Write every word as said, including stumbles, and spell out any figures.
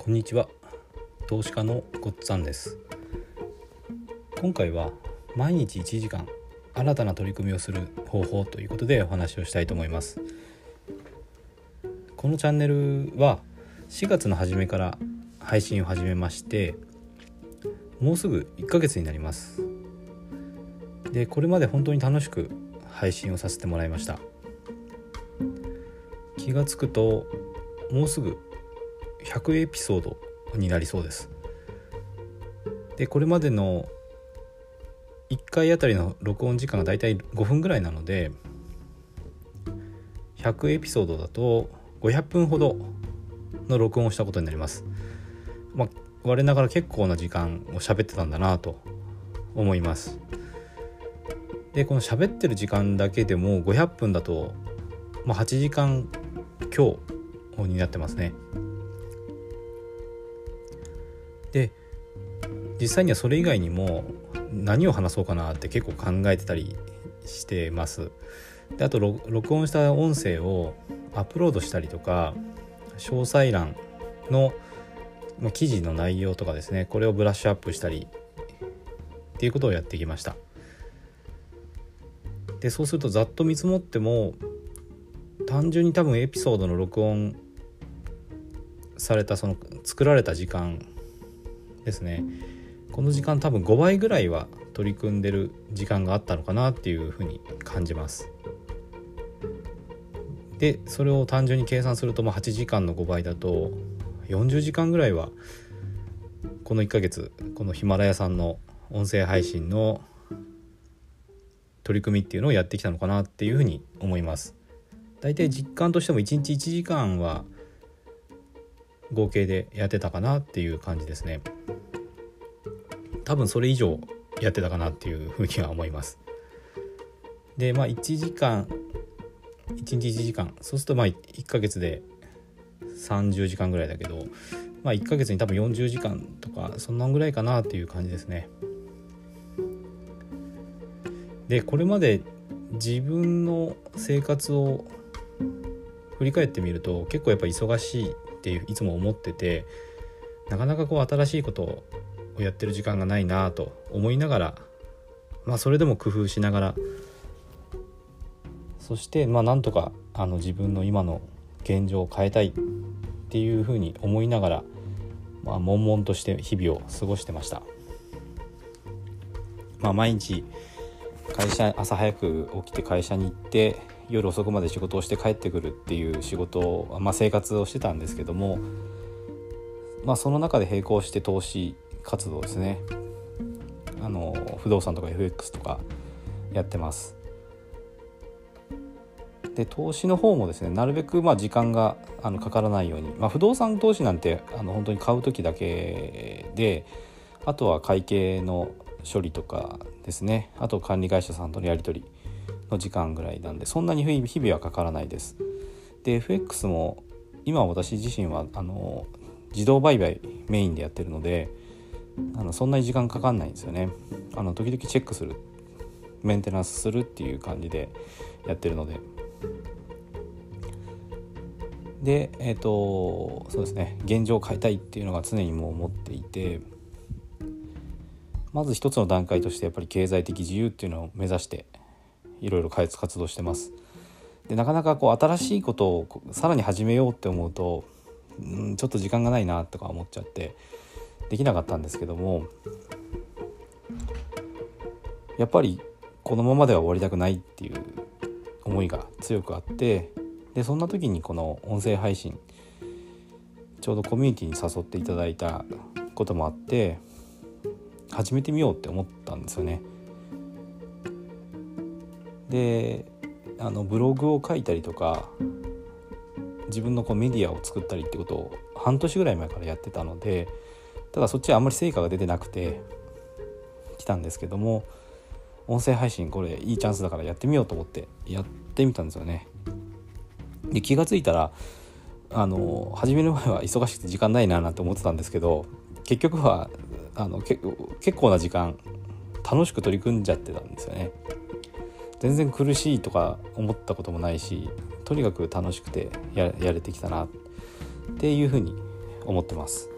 こんにちは。投資家のごっつぁんです。今回は毎日いちじかん新たな取り組みをする方法ということでお話をしたいと思います。このチャンネルはしがつの初めから配信を始めまして、もうすぐいっかげつになります。で、これまで本当に楽しく配信をさせてもらいました。気がつくともうすぐひゃくエピソードになりそうです。で、これまでのいっかいあたりの録音時間がだいたいごふんぐらいなので、ひゃくエピソードだとごひゃっぷんほどの録音をしたことになります。まあ、我ながら結構な時間を喋ってたんだなと思います。で、この喋ってる時間だけでもごひゃっぷんだと、まあ、はちじかん強になってますね。で、実際にはそれ以外にも何を話そうかなって結構考えてたりしてます。で、あと録音した音声をアップロードしたりとか、詳細欄の記事の内容とかですね、これをブラッシュアップしたりっていうことをやってきました。で、そうするとざっと見積もっても、単純に多分エピソードの録音されたその作られた時間ですね、この時間多分ごばいぐらいは取り組んでる時間があったのかなっていうふうに感じます。で、それを単純に計算すると、まあはちじかんのごばいだとよんじゅうじかんぐらいはこのいっかげつ、このヒマラヤさんの音声配信の取り組みっていうのをやってきたのかなっていうふうに思います。だいたい実感としてもいちにちいちじかんは合計でやってたかなっていう感じですね。多分それ以上やってたかなっていうふうには思います。で、まあいちじかんいちにちいちじかん、そうするとまあいっかげつでさんじゅうじかんぐらいだけど、まあいっかげつに多分よんじゅうじかんとかそんなんぐらいかなっていう感じですね。で、これまで自分の生活を振り返ってみると、結構やっぱ忙しいっていういつも思ってて、なかなかこう新しいことをやってる時間がないなと思いながら、まあそれでも工夫しながら、そしてまあなんとかあの自分の今の現状を変えたいっていうふうに思いながら、まあ悶々として日々を過ごしてました。まあ毎日会社朝早く起きて会社に行って、夜遅くまで仕事をして帰ってくるっていう仕事を、まあ、生活をしてたんですけども、まあその中で並行して投資活動ですね、あの不動産とか エフエックス とかやってます。で、投資の方もですね、なるべくまあ時間があのかからないように、まあ、不動産投資なんてあの本当に買う時だけで、あとは会計の処理とかですね、あと管理会社さんとのやり取りの時間ぐらいなんで、そんなに日々はかからないです。で、 エフエックス も今私自身はあの自動売買メインでやってるので、あのそんなに時間かかんないんですよね。あの時々チェックする、メンテナンスするっていう感じでやってるので。で、えっとそうですね、現状を変えたいっていうのが常にもう思っていて、まず一つの段階としてやっぱり経済的自由っていうのを目指していろいろ開発活動してます。で、なかなかこう新しいことをさらに始めようって思うと、うん、ちょっと時間がないなとか思っちゃってできなかったんですけども、やっぱりこのままでは終わりたくないっていう思いが強くあって、でそんな時にこの音声配信、ちょうどコミュニティに誘っていただいたこともあって始めてみようって思ったんですよね。で、あのブログを書いたりとか、自分のこうメディアを作ったりってことを半年ぐらい前からやってたので、ただそっちはあんまり成果が出てなくてきたんですけども、音声配信これいいチャンスだからやってみようと思ってやってみたんですよね。で、気がついたらあの始める前は忙しくて時間ないななんて思ってたんですけど、結局はあのけ結構な時間楽しく取り組んじゃってたんですよね。全然苦しいとか思ったこともないし、とにかく楽しくて や, やれてきたなっていうふうに思ってます。